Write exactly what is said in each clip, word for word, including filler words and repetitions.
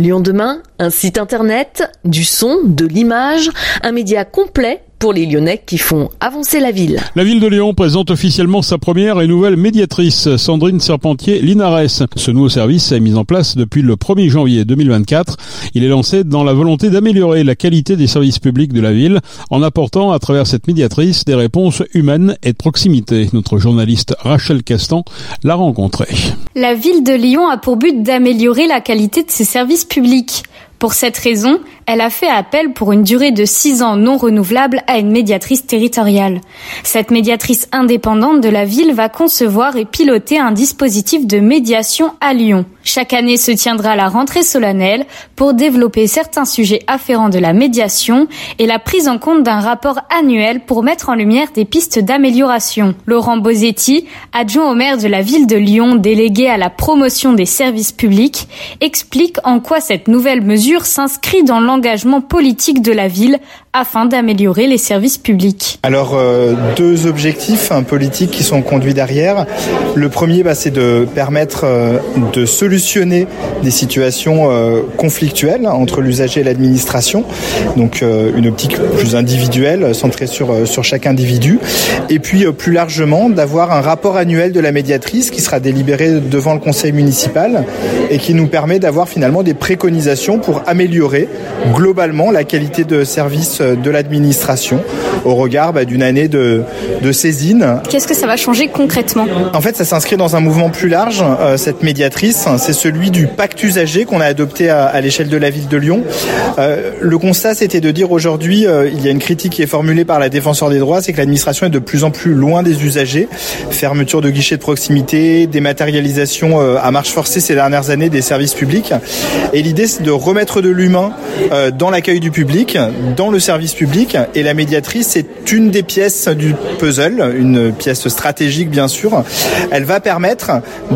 Lyon demain, un site internet, du son, de l'image, un média complet pour les Lyonnais qui font avancer la ville. La ville de Lyon présente officiellement sa première et nouvelle médiatrice, Sandrine Serpentier-Linares. Ce nouveau service est mis en place depuis le premier janvier deux mille vingt-quatre. Il est lancé dans la volonté d'améliorer la qualité des services publics de la ville en apportant à travers cette médiatrice des réponses humaines et de proximité. Notre journaliste Rachel Castan l'a rencontrée. La ville de Lyon a pour but d'améliorer la qualité de ses services publics. Pour cette raison, elle a fait appel pour une durée de six ans non renouvelable à une médiatrice territoriale. Cette médiatrice indépendante de la ville va concevoir et piloter un dispositif de médiation à Lyon. Chaque année se tiendra la rentrée solennelle pour développer certains sujets afférents de la médiation et la prise en compte d'un rapport annuel pour mettre en lumière des pistes d'amélioration. Laurent Bosetti, adjoint au maire de la ville de Lyon, délégué à la promotion des services publics, explique en quoi cette nouvelle mesure s'inscrit dans l'engagement politique de la ville afin d'améliorer les services publics. Alors, euh, deux objectifs hein, politiques qui sont conduits derrière. Le premier, bah, c'est de permettre euh, de solutionner des situations euh, conflictuelles entre l'usager et l'administration. Donc, euh, une optique plus individuelle, centrée sur, euh, sur chaque individu. Et puis, euh, plus largement, d'avoir un rapport annuel de la médiatrice qui sera délibéré devant le conseil municipal et qui nous permet d'avoir finalement des préconisations pour améliorer globalement la qualité de service de l'administration au regard bah, d'une année de, de saisine. Qu'est-ce que ça va changer concrètement ? En fait, ça s'inscrit dans un mouvement plus large. Euh, cette médiatrice, c'est celui du pacte usager qu'on a adopté à, à l'échelle de la ville de Lyon. Euh, le constat, c'était de dire aujourd'hui, euh, il y a une critique qui est formulée par la défenseur des droits, c'est que l'administration est de plus en plus loin des usagers. Fermeture de guichets de proximité, dématérialisation euh, à marche forcée ces dernières années des services publics. Et l'idée, c'est de remettre de l'humain euh, dans l'accueil du public, dans le service public, et la médiatrice c'est une des pièces du puzzle, une pièce stratégique bien sûr. Elle va permettre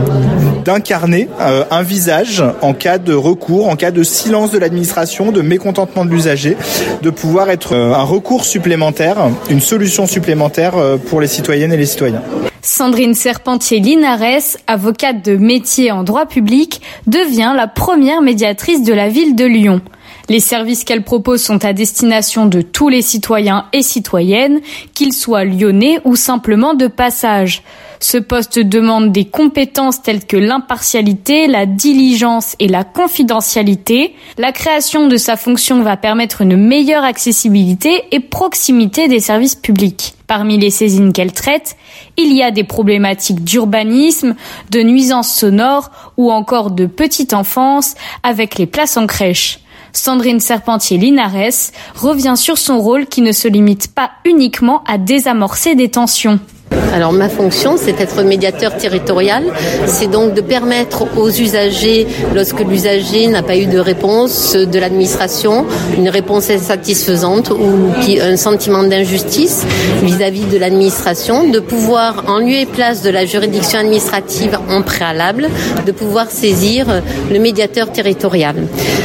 d'incarner euh, un visage en cas de recours, en cas de silence de l'administration, de mécontentement de l'usager, de pouvoir être euh, un recours supplémentaire, une solution supplémentaire euh, pour les citoyennes et les citoyens. Sandrine Serpentier-Linares, avocate de métier en droit public, devient la première médiatrice de la ville de Lyon. Les services qu'elle propose sont à destination de tous les citoyens et citoyennes, qu'ils soient lyonnais ou simplement de passage. Ce poste demande des compétences telles que l'impartialité, la diligence et la confidentialité. La création de sa fonction va permettre une meilleure accessibilité et proximité des services publics. Parmi les saisines qu'elle traite, il y a des problématiques d'urbanisme, de nuisances sonores ou encore de petite enfance avec les places en crèche. Sandrine Serpentier-Linares revient sur son rôle qui ne se limite pas uniquement à désamorcer des tensions. Alors ma fonction, c'est d'être médiateur territorial, c'est donc de permettre aux usagers, lorsque l'usager n'a pas eu de réponse de l'administration, une réponse insatisfaisante ou qui un sentiment d'injustice vis-à-vis de l'administration, de pouvoir, en lieu et place de la juridiction administrative en préalable, de pouvoir saisir le médiateur territorial.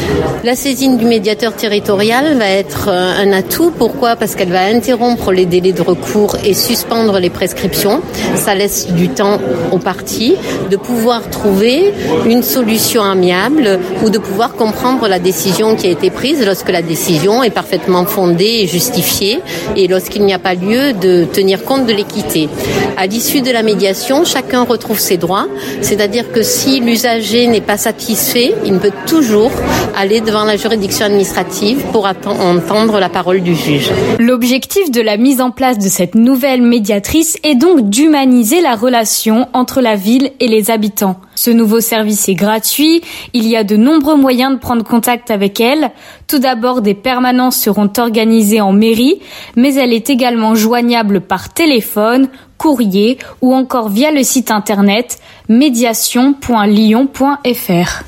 La saisine du médiateur territorial va être un atout. Pourquoi ? Parce qu'elle va interrompre les délais de recours et suspendre les prescriptions. Ça laisse du temps aux parties de pouvoir trouver une solution amiable ou de pouvoir comprendre la décision qui a été prise lorsque la décision est parfaitement fondée et justifiée et lorsqu'il n'y a pas lieu de tenir compte de l'équité. À l'issue de la médiation, chacun retrouve ses droits, c'est-à-dire que si l'usager n'est pas satisfait, il peut toujours aller devant la juridiction administrative pour entendre la parole du juge. L'objectif de la mise en place de cette nouvelle médiatrice est donc d'humaniser la relation entre la ville et les habitants. Ce nouveau service est gratuit, il y a de nombreux moyens de prendre contact avec elle. Tout d'abord, des permanences seront organisées en mairie, mais elle est également joignable par téléphone, courrier ou encore via le site internet médiation point lyon point f r.